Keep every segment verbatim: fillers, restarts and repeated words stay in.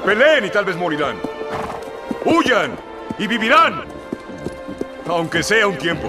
Peleen y tal vez morirán. Huyan y vivirán, aunque sea un tiempo.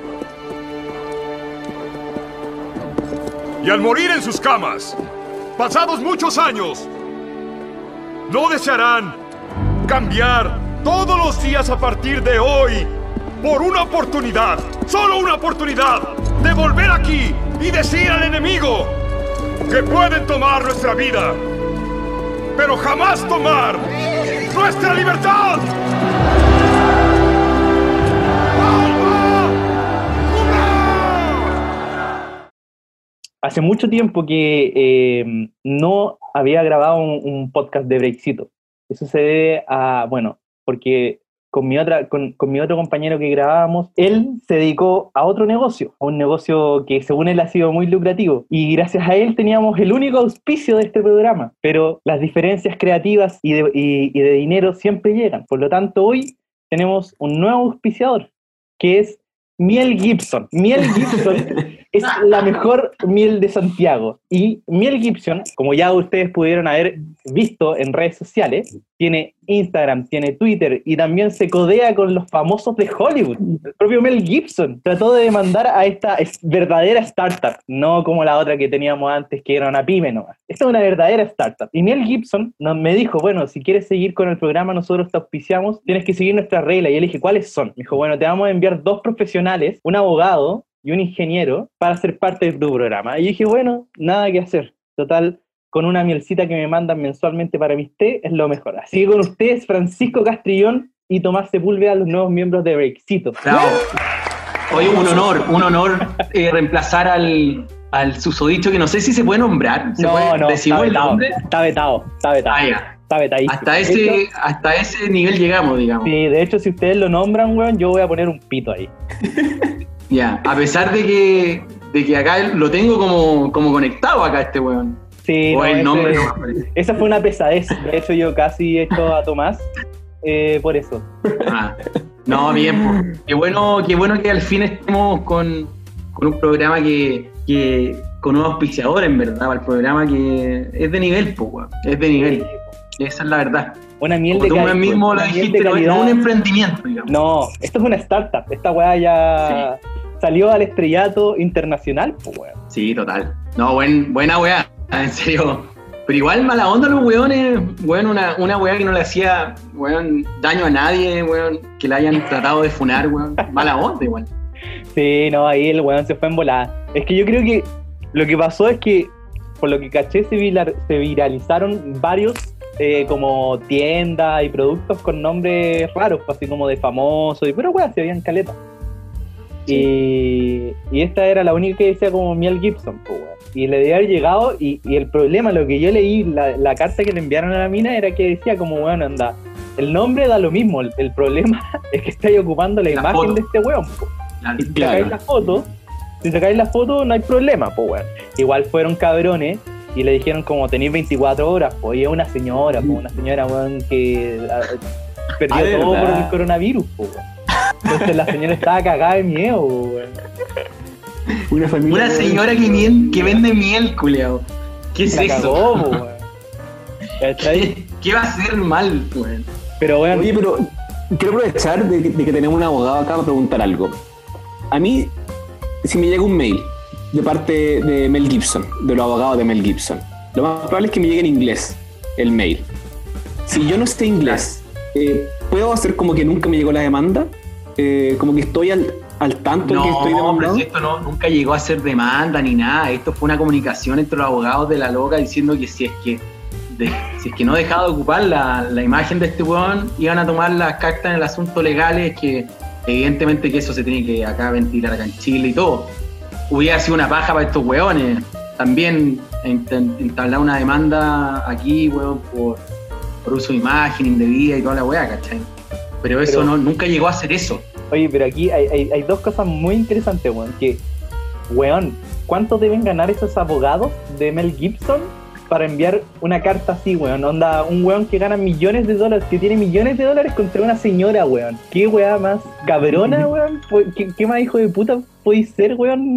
Y al morir en sus camas, pasados muchos años, no desearán cambiar todos los días a partir de hoy por una oportunidad, solo una oportunidad, de volver aquí y decir al enemigo que pueden tomar nuestra vida, pero jamás tomar nuestra libertad. Hace mucho tiempo que eh, no había grabado un, un podcast de Breakcito. Eso se debe a, bueno, porque con mi, otra, con, con mi otro compañero que grabábamos, él se dedicó a otro negocio, a un negocio que según él ha sido muy lucrativo. Y gracias a él teníamos el único auspicio de este programa. Pero las diferencias creativas y de, y, y de dinero siempre llegan. Por lo tanto, hoy tenemos un nuevo auspiciador, que es Miel Gibson. Miel Gibson es la mejor miel de Santiago. Y Miel Gibson, como ya ustedes pudieron haber visto en redes sociales, tiene Instagram, tiene Twitter y también se codea con los famosos de Hollywood. El propio Mel Gibson trató de demandar a esta verdadera startup, no como la otra que teníamos antes, que era una pyme nomás. Esta es una verdadera startup. Y Mel Gibson nos, me dijo, bueno, si quieres seguir con el programa, nosotros te auspiciamos, tienes que seguir nuestras reglas. Y yo le dije, ¿cuáles son? Me dijo, bueno, te vamos a enviar dos profesionales, un abogado y un ingeniero, para ser parte de tu programa. Y yo dije, bueno, nada que hacer. Total, con una mielcita que me mandan mensualmente para mis té, es lo mejor. Así que con ustedes, Francisco Castrillón y Tomás Sepúlveda, los nuevos miembros de Breakcito. Bravo. Hoy un honor, un honor eh, reemplazar al, al susodicho, que no sé si se puede nombrar. ¿Se no, puede, no, decimos el nombre? Está vetado, está vetado. Ah, ya. Está vetadísimo. Hasta ese, hecho, hasta ese nivel llegamos, digamos. Sí, de hecho, si ustedes lo nombran, weón, yo voy a poner un pito ahí. Ya, a pesar de que, de que acá lo tengo como, como conectado acá este weón. Sí, o no, el nombre ese, no me parece. Esa fue una pesadez. De hecho, yo casi echo a Tomás eh, por eso. Ah, no, bien, pues. Qué bueno, qué bueno que al fin estemos con, con un programa que, que con un auspiciador, en verdad, para el programa que es de nivel, pues, weón. Es de nivel. Esa es la verdad. Una miel Como de calidad. Tú mismo lo dijiste, no es un emprendimiento, digamos. No, esto es una startup. Esta weá ya sí. Salió al estrellato internacional, pues, weón. Sí, total. No, buen, buena weá, en serio. Pero igual mala onda los weones, weón, una, una weá que no le hacía, weón, daño a nadie, weón, que la hayan tratado de funar, weón. Mala onda igual. Sí, no, ahí el weón se fue en volada. Es que yo creo que lo que pasó es que, por lo que caché, se, viral, se viralizaron varios eh, como tiendas y productos con nombres raros, así como de famosos, y pero weón, se habían caleta. Sí. Y, y esta era la única que decía como Miel Gibson, pues, weón. Y le debía haber llegado, y, y el problema, lo que yo leí, la, la carta que le enviaron a la mina era que decía como, bueno, anda, el nombre da lo mismo, el, el problema es que estáis ocupando la, la imagen foto de este weón, pues. Y si claro. sacáis la foto, si sacáis la foto no hay problema, pues, weón. Igual fueron cabrones y le dijeron como tenéis veinticuatro horas, pues, y es una señora, pues, una señora, weón, que la, perdió ah, todo por el coronavirus, pues, weón. Entonces la señora estaba cagada de miedo, weón. Una, una señora que, miel, que vende miel, culeado. ¿Qué es la eso? Cagó, weón. ¿Qué, ¿Qué va a hacer mal, weón? Pero, weón. Oye, pero quiero aprovechar de, de que tenemos un abogado acá para preguntar algo. A mí, si me llega un mail de parte de Mel Gibson, de los abogados de Mel Gibson, lo más probable es que me llegue en inglés el mail. Si yo no sé inglés, eh, ¿puedo hacer como que nunca me llegó la demanda? Eh, como que estoy al, al tanto no, que estoy demandado. No, esto no, nunca llegó a ser demanda ni nada. Esto fue una comunicación entre los abogados de la loca diciendo que si es que de, si es que no dejaba de ocupar la, la imagen de este weón, iban a tomar las cartas en el asunto legales, que evidentemente que eso se tiene que acá ventilar acá en Chile y todo. Hubiera sido una paja para estos weones. También entablar una demanda aquí, weón, por, por uso de imagen indebida y toda la weá, ¿cachai? Pero eso pero, no, nunca llegó a ser eso. Oye, pero aquí hay, hay, hay dos cosas muy interesantes, weón. Que, weón, ¿cuánto deben ganar esos abogados de Mel Gibson para enviar una carta así, weón? Onda, un weón que gana millones de dólares, que tiene millones de dólares contra una señora, weón. ¿Qué weá más cabrona, weón? ¿Qué, qué más hijo de puta podéis ser, weón? Que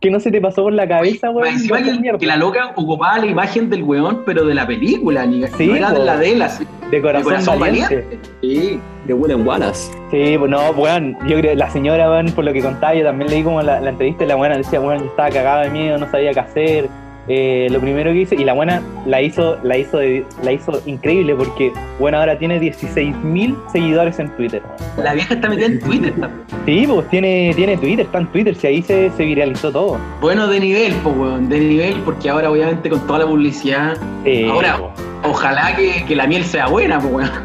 ¿Qué no se te pasó por la cabeza, weón? Encima que, que la loca ocupaba la imagen del weón, pero de la película, ni sí, no era de la de él, así. De corazón, de corazón valiente. valiente. Sí, de William Wallace. Sí, pues no, weón, yo creo la señora, weón, por lo que contaba, yo también leí como la, la entrevista y la buena decía, weón, yo estaba cagada de miedo, no sabía qué hacer. Eh, lo primero que hice, y la buena la hizo, la hizo, de, la hizo increíble porque, bueno, ahora tiene dieciséis mil seguidores en Twitter. La vieja está metida en Twitter también. Sí, pues tiene, tiene Twitter, está en Twitter, si ahí se, se viralizó todo. Bueno, de nivel, pues, weón, de nivel, porque ahora obviamente con toda la publicidad, eh, ahora, pues. Ojalá que, que la miel sea buena, pues, weón.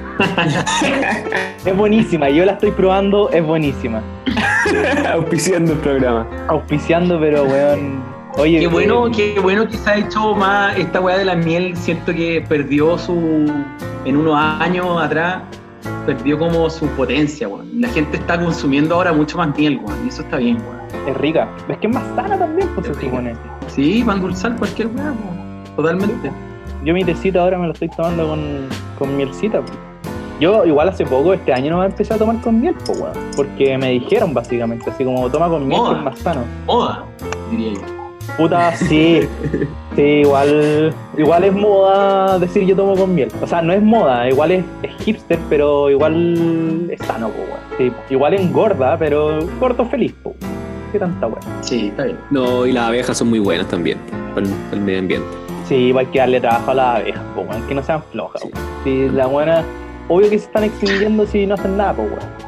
Es buenísima, yo la estoy probando, es buenísima. Auspiciando el programa. Auspiciando, pero, weón... Oye, qué bueno, eh, qué bueno que se ha hecho más esta weá de la miel. Siento que perdió su, en unos años atrás, perdió como su potencia, weón. La gente está consumiendo ahora mucho más miel, weón, y eso está bien, weón. Es rica, es que es más sana también, pues se supone. Sí, para endulzar cualquier weá, weón. Totalmente. Yo mi tecito ahora me lo estoy tomando con, con mielcita, pues. Yo igual hace poco, este año no me empecé a tomar con miel, pues, weón, porque me dijeron básicamente, así como toma con miel que es más sano. Moda, diría yo. Puta, sí, sí, igual igual es moda decir yo tomo con miel. O sea, no es moda, igual es, es hipster, pero igual es sano, po, weón. Sí, igual engorda, pero gordo feliz, po. Qué tanta weón. Sí, está bien. No, y las abejas son muy buenas también, para el, para el medio ambiente. Sí, hay que darle trabajo a las abejas, po, weón, que no sean flojas, sí. Si la buena, obvio que se están extinguiendo si no hacen nada, po, weón.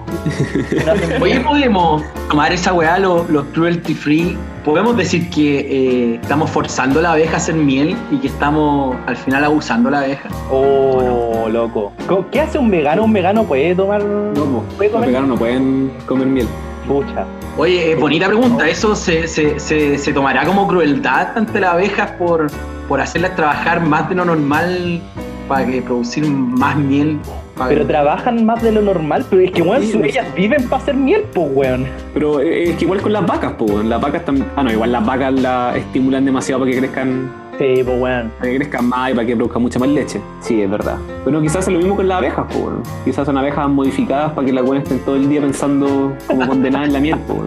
Oye, podemos tomar esa weá, los, los cruelty free. Podemos decir que eh, estamos forzando a la abeja a hacer miel y que estamos al final abusando a la abeja. Oh, loco. ¿Qué hace un vegano? ¿Un vegano puede tomar? No, ¿puede los veganos no pueden comer miel. Pucha. Oye, eh, bonita pregunta. ¿Eso se, se, se, se tomará como crueldad ante las abejas por, por hacerlas trabajar más de lo normal para que producir más miel? Pero trabajan más de lo normal, pero es que, weón, sí, ellas viven para hacer miel, pues, weón. Pero es que igual con las vacas, pues, weón. Las vacas también. Ah, no, igual las vacas las estimulan demasiado para que crezcan. Sí, pues, weón. Para que crezcan más y para que produzcan mucha más leche. Sí, es verdad. Pero quizás es lo mismo con las abejas, pues, weón. Quizás son abejas modificadas para que las weones estén todo el día pensando como condenadas en la miel, pues,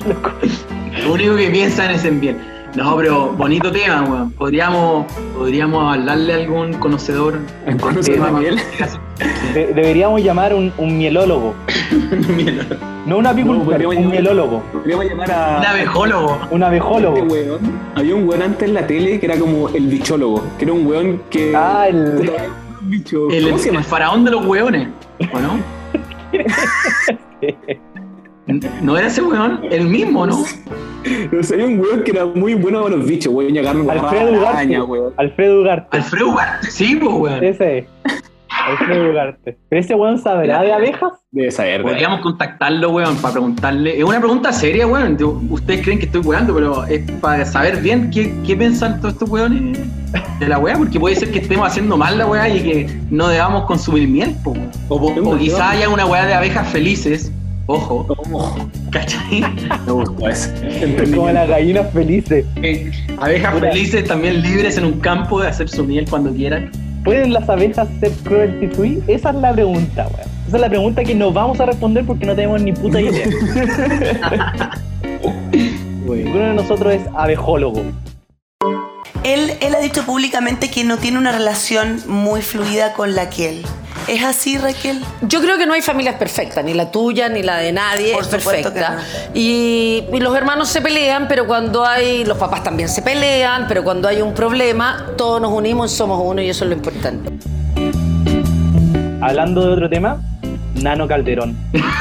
weón. Lo único que piensan es en miel. No, pero bonito tema, weón. Podríamos, podríamos hablarle a algún conocedor. ¿En conocedor de miel? De, deberíamos llamar un, un mielólogo. Un mielólogo. No un apicultor, no, un llamar, mielólogo. Podríamos llamar a... Un abejólogo. Un abejólogo. Este weón, había un weón antes en la tele que era como el bichólogo. Que era un weón que... Ah, el... Bicho. El, ¿Cómo se llama? El faraón de los weones, ¿o no? ¿No era ese weón? El mismo, ¿no? O sea, hay un weón que era muy bueno con los bichos, weón. Alfredo Ugarte. Alfredo Ugarte. Alfredo Ugarte, sí, pues, weón. Ese. Alfredo Ugarte. ¿Pero ese weón sabrá de abejas? Debe saber. Podríamos contactarlo, weón, para preguntarle. Es una pregunta seria, weón. Ustedes creen que estoy weando, pero es para saber bien qué, qué piensan todos estos weones de la weá, porque puede ser que estemos haciendo mal la weá y que no debamos consumir miel, po, o, o, o quizá haya una weá de abejas felices. Ojo, oh. ¿Cachai? Me gustó eso. Como las gallinas felices. Eh, abejas Pura. felices también libres en un campo de hacer su miel cuando quieran. ¿Pueden las abejas ser cruelty free? Esa es la pregunta, weón. Esa es la pregunta que nos vamos a responder porque no tenemos ni puta idea. Uno de nosotros es abejólogo. Él, él ha dicho públicamente que no tiene una relación muy fluida con la Kiel. ¿Es así, Raquel? Yo creo que no hay familias perfectas, ni la tuya, ni la de nadie Por es perfecta. No. Y, y los hermanos se pelean, pero cuando hay... Los papás también se pelean, pero cuando hay un problema, todos nos unimos y somos uno, y eso es lo importante. Hablando de otro tema, Nano Calderón.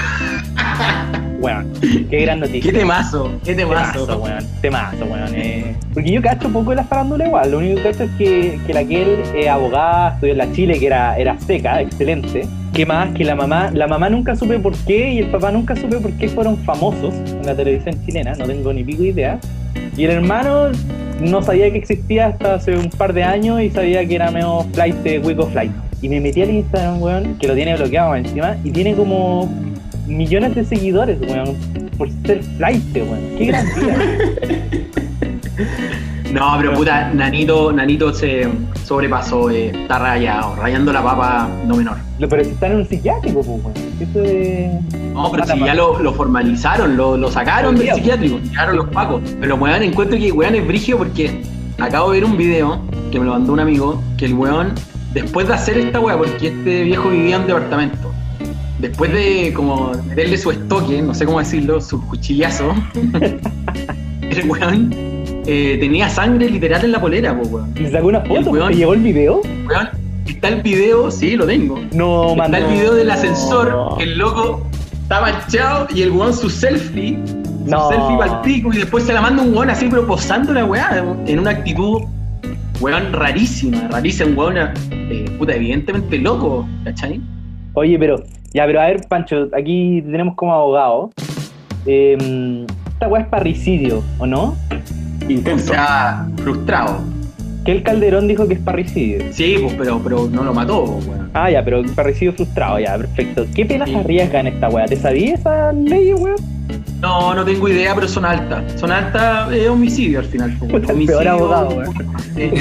Weón, qué gran noticia. Qué temazo, qué temazo. Temazo, weón, temazo, weón. Eh. Porque yo cacho un poco de la farándula igual. Lo único que cacho es que, que la que él es abogada, estudió en la Chile, que era, era seca, excelente. ¿Qué más? Que la mamá, la mamá nunca supe por qué y el papá nunca supe por qué fueron famosos en la televisión chilena, no tengo ni pico idea. Y el hermano no sabía que existía hasta hace un par de años y sabía que era medio flight de Wico Flight. Y me metí al Instagram, weón, que lo tiene bloqueado encima, y tiene como millones de seguidores, weón, por ser flight, weón. Qué gran vida. No, pero puta, Nanito, Nanito se sobrepasó, eh, está rayado, rayando la papa no menor. Pero si está en un psiquiátrico, pues, weón. Eso es... No, pero Mala si mano. ya lo, lo formalizaron, lo, lo sacaron del Hoy día, psiquiátrico, llegaron los pacos. Pero weón, encuentro que weón es brigio porque acabo de ver un video que me lo mandó un amigo, que el weón, después de hacer esta weá, porque este viejo vivía en un departamento, después de como meterle su estoque, no sé cómo decirlo, su cuchillazo, el weón eh, tenía sangre literal en la polera, po, weón. ¿Le sacó una El foto? weón- ¿Te llegó el video? Weón, está el video, sí, lo tengo. No, Está mano. el video del ascensor, que el loco está manchado y el weón su selfie, su No. selfie pa'l pico y después se la manda un weón así, pero posando la weá, en una actitud, weón, rarísima, rarísima, un weón, eh, puta, evidentemente loco, ¿cachai? Oye, pero, ya, pero a ver, Pancho, aquí te tenemos como abogado. Eh, esta weá es parricidio, ¿o no? O Intento. sea, frustrado. Que el Calderón dijo que es parricidio. Sí, pues, pero, pero no lo mató, pues, weón. Ah, ya, pero parricidio frustrado, ya, perfecto. ¿Qué penas Sí. arriesgan esta weá? ¿Te sabías esa ley, weón? No, no tengo idea, pero son altas. Son altas, es homicidio al final. pues, Puta, el homicidio, peor abogado, weón. eh.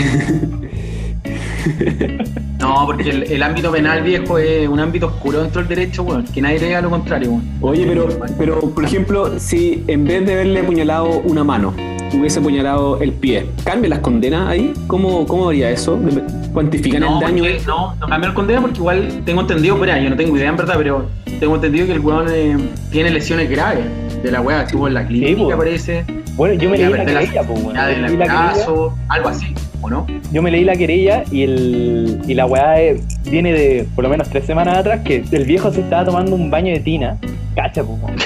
No, porque el, el ámbito penal, viejo, es un ámbito oscuro dentro del derecho, weón. Que nadie diga lo contrario, weón. Oye, pero, pero por ejemplo, si en vez de haberle apuñalado una mano, hubiese apuñalado el pie, ¿cambia las condenas ahí? ¿Cómo, cómo haría eso? ¿Cuantifican No, el daño? porque- no, no cambió el condena porque igual tengo entendido, pero yo no tengo idea en verdad, pero tengo entendido que el weón eh, tiene lesiones graves de la weá, estuvo en la clínica, pues. parece. Bueno, yo me Ya leí la perdí la querella, pues, weón. sensibilidad del Leí la querella. brazo, algo así, ¿o no? Yo me leí la querella y el y la weá es- viene de por lo menos tres semanas atrás que el viejo se estaba tomando un baño de tina. Cacha, pues. weón.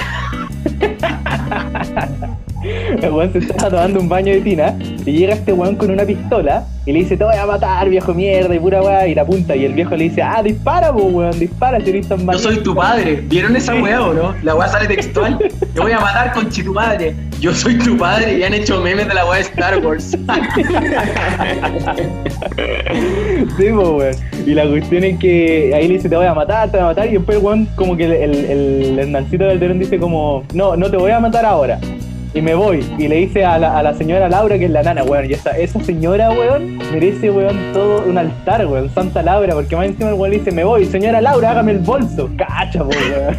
El weón se estaba tomando un baño de tina y llega este weón con una pistola y le dice: te voy a matar, viejo mierda, y pura weá, y la apunta. Y el viejo le dice: ah, dispara, pues, weón, dispara, si eres tan Yo malo. soy tu padre. ¿Vieron esa weá o no? La weá sale textual. Te voy a matar con tu madre. Yo soy tu padre y han hecho memes de la weá de Star Wars. Sí, pues, weón. Y la cuestión es que ahí le dice: te voy a matar, te voy a matar. Y después el weón, como que el, el, el Hernancito Calderón dice como: no, no te voy a matar ahora. Y me voy. Y le dice a la, a la señora Laura, que es la nana, weón. Y esa, esa señora, weón, merece, weón, todo un altar, weón. Santa Laura. Porque más encima el weón le dice: me voy, señora Laura, hágame el bolso. Cacha, pues, weón.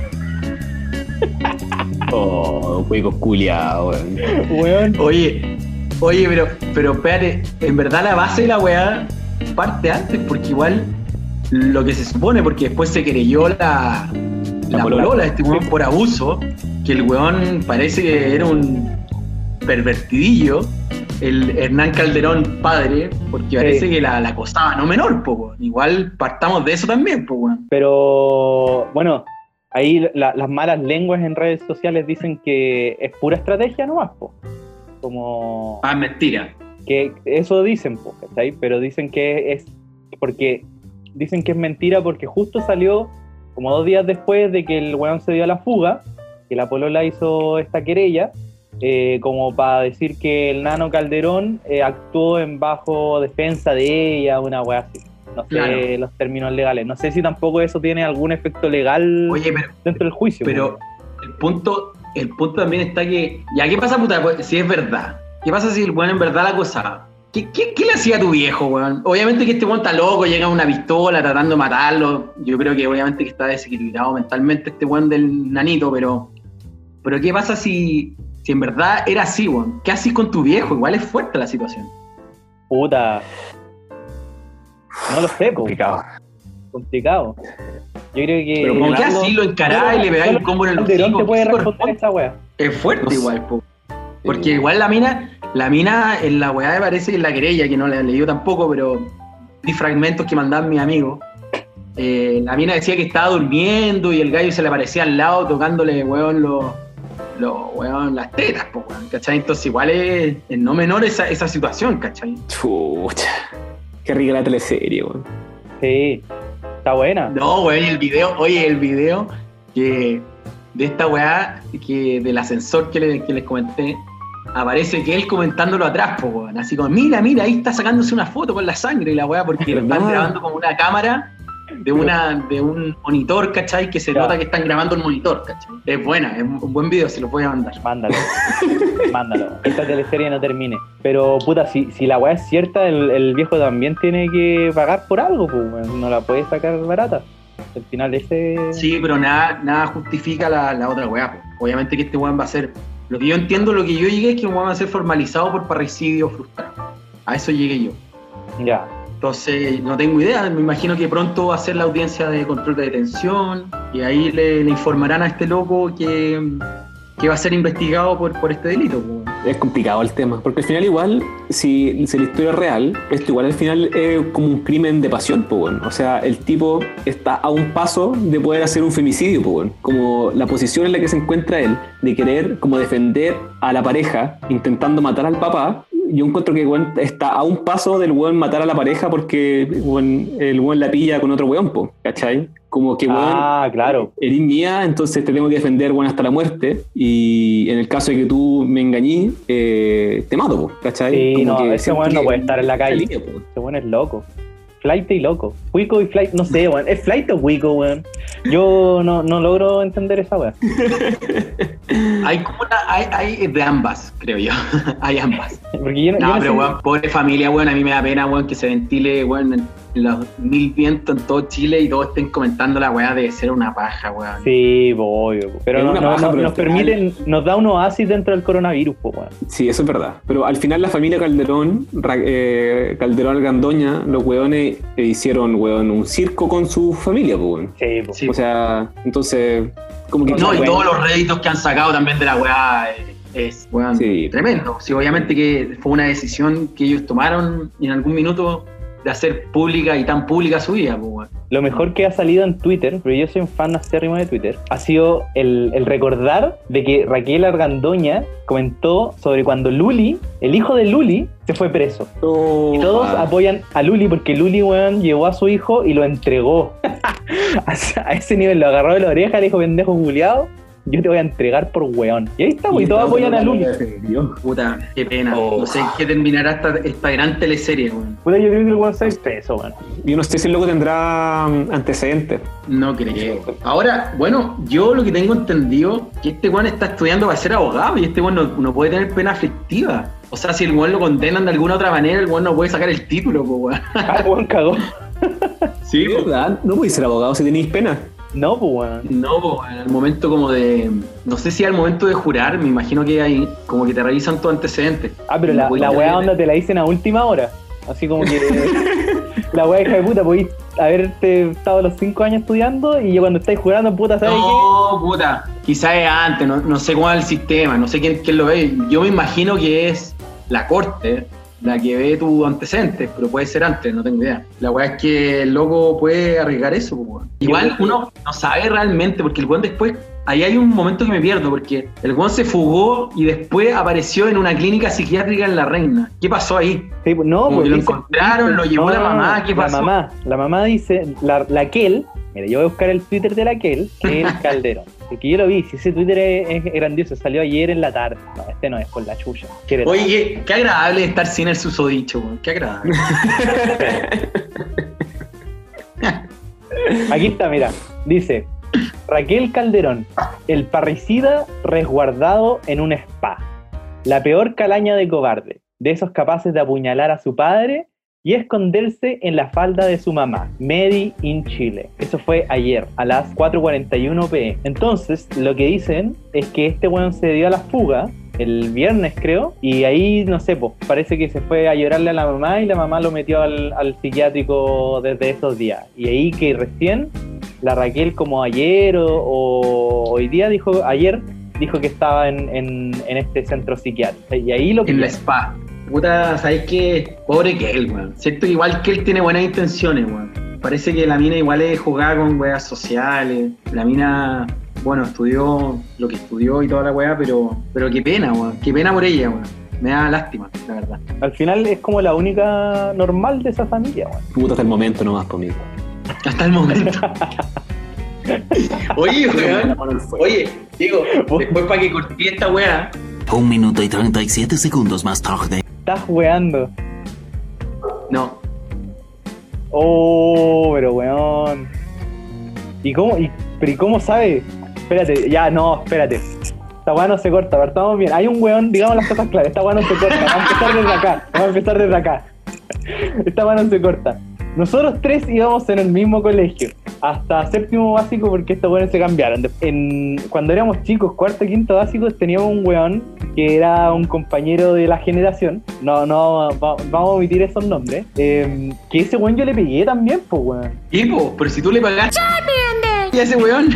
Oh, huecos culiados, weón. Weón. Oye, oye, pero, pero espérate, en verdad la base de la weá parte antes, porque igual lo que se supone, porque después se querelló la, La la polola. polola de este weón por abuso, que el weón parece que era un pervertidillo, el Hernán Calderón padre, porque parece Sí. que la, la acosaba, no menor, po, weón. Igual partamos de eso también, pues, weón. Pero, bueno, ahí la- las malas lenguas en redes sociales dicen que es pura estrategia nomás, po. Como... Ah, mentira. que eso dicen, po, ¿cachai? Pero dicen que es porque dicen que es mentira porque justo salió como dos días después de que el weón se dio a la fuga, que la polola hizo esta querella, eh, como para decir que el nano Calderón eh, actuó en bajo defensa de ella, una weá así. No sé Claro. los términos legales. No sé si tampoco eso tiene algún efecto legal Oye, pero, dentro del juicio. pero el punto, el punto también está que, ya, ¿qué pasa, puta? Pues, si es verdad. ¿Qué pasa si el weón en verdad la acosaba? ¿Qué, qué, qué le hacía a tu viejo, weón? Obviamente que este weón está loco, llega con una pistola tratando de matarlo. Yo creo que obviamente que está desequilibrado mentalmente este weón del nanito, pero... Pero ¿qué pasa si, si en verdad era así, weón? ¿Qué haces con tu viejo? Igual es fuerte la situación. Puta. No lo sé, po. Complicado. Complicado. Yo creo que. Pero ¿Cómo como que algo- así lo encarás y le pegáis el combo en el Calderón hocico? te puede Es súper responder fuerte. esa wea. Es fuerte No sé. igual, po. Porque igual la mina, la mina en la weá me parece que en la querella, que no la he leído tampoco, pero vi fragmentos que mandaban mis amigos. Eh, la mina decía que estaba durmiendo y el gallo se le aparecía al lado tocándole, weón, los, los, weón, las tetas, po, weón, ¿cachai? Entonces igual es, es no menor esa, esa situación, ¿cachai? Chucha. Qué rica la teleserie, weón. Sí. Está buena. No, weón, y el video, oye, el video que de esta weá, que del ascensor que, le- que les comenté, aparece que él comentándolo atrás, po, weón. Así como, mira, mira, ahí está sacándose una foto con la sangre y la weá, porque lo están ¿Verdad? grabando con una cámara de una de un monitor, ¿cachai? Que se Ya. nota que están grabando el monitor, ¿cachai? Es buena, es un buen video, se lo voy a mandar. Mándalo. Mándalo. Esta teleserie no termine. Pero, puta, si, si la weá es cierta, el, el viejo también tiene que pagar por algo, pues, weón. No la puede sacar barata. Al final ese... Sí, pero nada, nada justifica la, la otra weá, po. Obviamente que este weón va a ser... Lo que yo entiendo, lo que yo llegué es que un weón va a ser formalizado por parricidio frustrado. A eso llegué yo. Ya. Entonces, no tengo idea, me imagino que pronto va a ser la audiencia de control de detención y ahí le, le informarán a este loco que, que va a ser investigado por, por este delito. Po. Es complicado el tema, porque al final igual, si, si la historia es real, esto igual al final es como un crimen de pasión, pues bueno. O sea, el tipo está a un paso de poder hacer un femicidio, pues bueno. Como la posición en la que se encuentra él, de querer como defender a la pareja, intentando matar al papá. Yo encuentro que bueno, está a un paso del weón matar a la pareja porque bueno, el weón la pilla con otro weón, po, ¿cachai? Como que weón, Ah, claro. eres mía, entonces te tengo que defender bueno, hasta la muerte y en el caso de que tú me engañís, eh, te mato, po, ¿cachai? Sí, Como no, que ese siento weón no que- puede estar en la calle. línea, po. Ese weón es loco. Flight y loco. Cuico y Flight, no sé, weón. ¿Es Flight o Cuico, weón? Yo no, no logro entender esa weón. Hay como una, hay, hay de ambas, creo yo. Hay ambas. Porque yo, yo No, no pero sé- weón, pobre familia, weón, a mí me da pena, weón, que se ventile, weón, en los mil vientos en todo Chile y todos estén comentando la weá de ser una paja, weón. Sí, po, obvio. po. Pero Es no, una no- paja, no- pero nos al final- permiten, nos da un oasis dentro del coronavirus, po, weón. Sí, eso es verdad. Pero al final la familia Calderón, Ra- eh, Calderón Argandoña, los weones eh, hicieron, weón, un circo con su familia, pues, weón. Sí, po. Sí. O sea, entonces, como que... No, y bueno. todos los réditos que han sacado también de la weá eh, es, weón, Sí. tremendo. Sí, obviamente que fue una decisión que ellos tomaron en algún minuto de hacer pública y tan pública su vida, pues, weón. Lo mejor que ha salido en Twitter, pero yo soy un fan acérrimo de Twitter, ha sido el, el recordar de que Raquel Argandoña comentó sobre cuando Luli, el hijo de Luli, se fue preso. Oh, Y todos ah. apoyan a Luli porque Luli, weón, llevó a su hijo y lo entregó. A ese nivel, lo agarró de la oreja, le dijo, pendejo culiado, yo te voy a entregar por weón. Y ahí está, Y y todos apoyan a Luli. Puta, qué pena. Oh. No sé en qué terminará esta, esta gran teleserie, weón. Puta, yo creo que el weón se preso, weón. Yo no sé si el loco tendrá mm, antecedentes. No creo. Ahora, bueno, yo lo que tengo entendido que este weón está estudiando para ser abogado y este weón no, no puede tener pena aflictiva. O sea, si el weón lo condenan de alguna otra manera, el weón no puede sacar el título, pues weón. Ah, el weón cagó. Sí, ¿De verdad? No podéis ser abogado si tenéis pena. No, pues weón. No, pues al momento como de. No sé si al momento de jurar, me imagino que ahí, como que te revisan tus antecedentes. Ah, pero No la, voy la a weá tener- onda te la dicen a última hora. Así como que la weá hija de puta, podéis haberte estado los cinco años estudiando y yo cuando estáis jugando, puta, ¿sabes No, puta. Quizás es antes, no, no sé cuál es el sistema, no sé quién, quién lo ve. Yo me imagino que es la corte la que ve tus antecedentes, pero puede ser antes, no tengo idea. La weá es que el loco puede arriesgar eso, pues, weón. Igual uno no sabe realmente, porque el weón después. Ahí hay un momento que me pierdo, porque el weón se fugó y después apareció en una clínica psiquiátrica en La Reina. ¿Qué pasó ahí? qué? Sí, pues, no, Como pues que lo dice- encontraron, lo llevó la mamá, ¿qué pasó? La mamá, la mamá dice, la, la Kel, mira, yo voy a buscar el Twitter de la Kel, que es el Calderón. Porque yo lo vi, si ese Twitter es, es grandioso, salió ayer en la tarde. No, este no es por la chucha. Quiere- Oye, qué, qué agradable estar sin el susodicho, weón. Qué agradable. Aquí está, mira, dice Raquel Calderón, el parricida resguardado en un spa, la peor calaña de cobarde, de esos capaces de apuñalar a su padre y esconderse en la falda de su mamá, Made in Chile. Eso fue ayer, a las cuatro cuarenta y uno pm. Entonces, lo que dicen es que este weón se dio a la fuga el viernes, creo, y ahí, no sé, pues, parece que se fue a llorarle a la mamá y la mamá lo metió al, al psiquiátrico desde esos días. Y ahí que recién la Raquel, como ayer o, o hoy día, dijo, ayer dijo que estaba en, en, en este centro psiquiátrico. Y ahí lo que... En la spa. Puta, ¿sabes qué? Pobre que él, weón. Siento que igual que él tiene buenas intenciones, weón. Parece que la mina igual es jugada con weas sociales. La mina, bueno, estudió lo que estudió y toda la wea, pero, pero qué pena, weón. Qué pena por ella, weón. Me da lástima, la verdad. Al final es como la única normal de esa familia, weón. Puta, hasta el momento nomás conmigo. Hasta el momento. Oye, weón. Oye, digo, después para que corté esta wea. Un minuto y treinta y siete segundos más tarde. Estás weando. No. Oh, pero weón. ¿Y cómo, y, pero ¿y cómo sabe? Espérate, ya, no, espérate. Esta weá no se corta, pero estamos bien. Hay un weón, digamos las cosas claras, esta weá no se corta. Vamos a empezar desde acá, vamos a empezar desde acá. Esta weá no se corta. Nosotros tres íbamos en el mismo colegio, hasta séptimo básico, porque estos weones se cambiaron. En, cuando éramos chicos, cuarto, quinto básico, teníamos un weón que era un compañero de la generación. No, no, va, vamos a omitir esos nombres. Eh, que ese weón yo le pegué también, pues weón. Sí, po, pero si tú le pagaste y ese weón.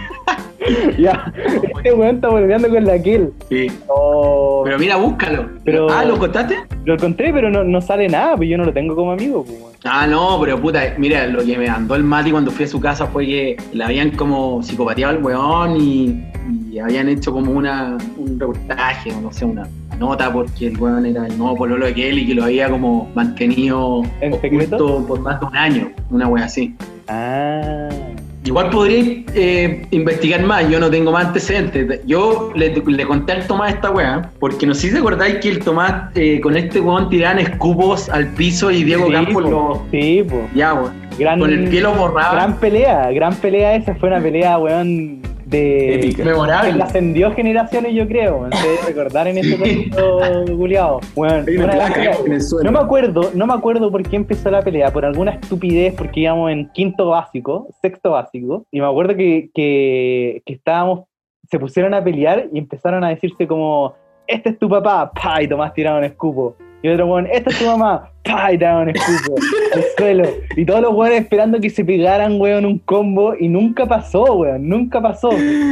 Ya, este weón está volviendo con la Kiel. Sí. Oh, Pero mira, búscalo. Pero- Ah, ¿lo contaste? lo encontré, pero no, no sale nada, pues yo no lo tengo como amigo, pues weón. Ah, no, pero puta, mira, lo que me mandó el Mati cuando fui a su casa fue que le habían como psicopateado al weón y, y habían hecho como una un reportaje, o no sé, una nota porque el weón era el nuevo pololo de Kelly y que lo había como mantenido ¿En oculto secreto? por más de un año, una wea así. Ah. Igual podría eh, investigar más, yo no tengo más antecedentes. Yo le, le conté al Tomás esta weá, porque no sé si te acordáis que el Tomás eh, con este weón tiraban escupos al piso y Diego Sí, Campos po, lo... sí, pues. Ya, weón. Gran, Con el pie lo borraba. Gran pelea, gran pelea esa. Fue una pelea, weón, de... Épica. que Memorable. ascendió generaciones, yo creo, weón. Se debe recordar en ese momento, culiao. Weón, Hay una una placa pelea- en el suelo. No me acuerdo, no me acuerdo por qué empezó la pelea, por alguna estupidez, porque íbamos en quinto básico, sexto básico, y me acuerdo que, que, que estábamos, se pusieron a pelear y empezaron a decirse como, este es tu papá, pa, y Tomás tiraba un escupo. Y otro weón, esta es tu mamá, pa, y tiraba un escupo al suelo. Y todos los weones esperando que se pegaran, weón, un combo, y nunca pasó, weón, nunca pasó.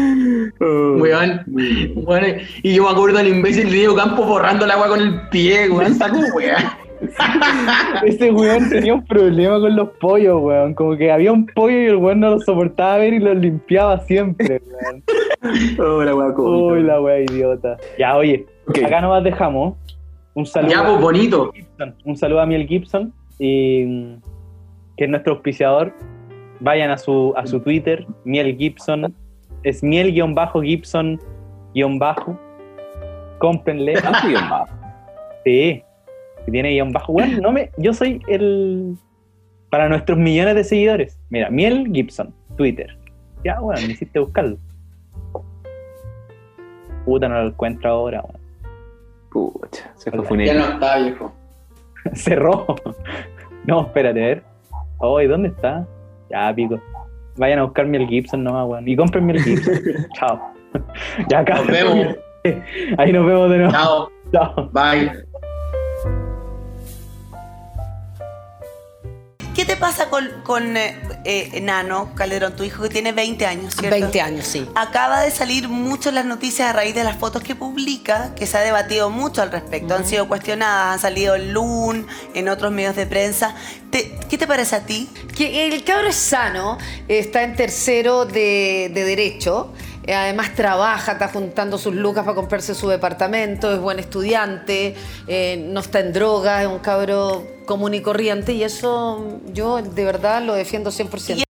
Weón, weón, y yo me acuerdo del imbécil Diego Campos borrando el agua con el pie, weón, saco weón. Ese weón tenía un problema con los pollos, weón. Como que había un pollo y el weón no lo soportaba ver y lo limpiaba siempre, weón. Oh, la weá cómica. Uy, la wea idiota. Ya, oye, Ok. acá nomás dejamos. Un saludo, Ya, pues, bonito. a Gibson. Un saludo a Miel Gibson, y, que es nuestro auspiciador. Vayan a su, a su Twitter, Miel Gibson. Es miel-gibson-bajo. Cómprenle. Ah, sí, va. Sí, que tiene guión bajo. Bueno, no me, yo soy el... Para nuestros millones de seguidores. Mira, Miel Gibson, Twitter. Ya, bueno, me hiciste buscarlo. Puta, no lo encuentro ahora, bueno. Pucha, se fue Ya funero. no está, viejo. Cerró. No, espérate, a ver. Oye, ¿dónde está? Ya, pico. Vayan a buscar Miel Gibson nomás, weón. Y compren Miel Gibson. Chao. Ya acá. Nos vemos. Ahí nos vemos de nuevo. Chao. Chao. Bye. ¿Qué te pasa con, con eh, eh, Nano Calderón, tu hijo que tiene veinte años, ¿cierto? veinte años, sí. Acaba de salir mucho en las noticias a raíz de las fotos que publica, que se ha debatido mucho al respecto. Han sido cuestionadas, han salido en L U N, en otros medios de prensa. Te- ¿Qué te parece a ti? Que el cabro es sano, está en tercero de, de Derecho, eh, además trabaja, está juntando sus lucas para comprarse su departamento, es buen estudiante, eh, no está en drogas, es un cabro común y corriente, y eso yo de verdad lo defiendo cien por ciento.